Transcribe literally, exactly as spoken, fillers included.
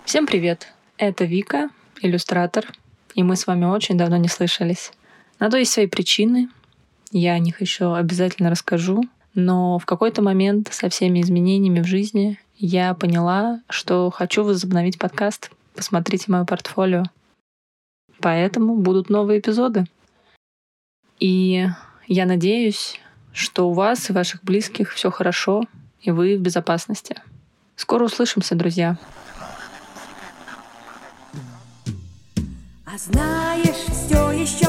Всем привет! Это Вика, иллюстратор, и мы с вами очень давно не слышались. На то есть свои причины, я о них еще обязательно расскажу, но в какой-то момент со всеми изменениями в жизни я поняла, что хочу возобновить подкаст. Посмотрите мое портфолио. Поэтому будут новые эпизоды. И я надеюсь, что у вас и ваших близких все хорошо, и вы в безопасности. Скоро услышимся, друзья. А знаешь, все еще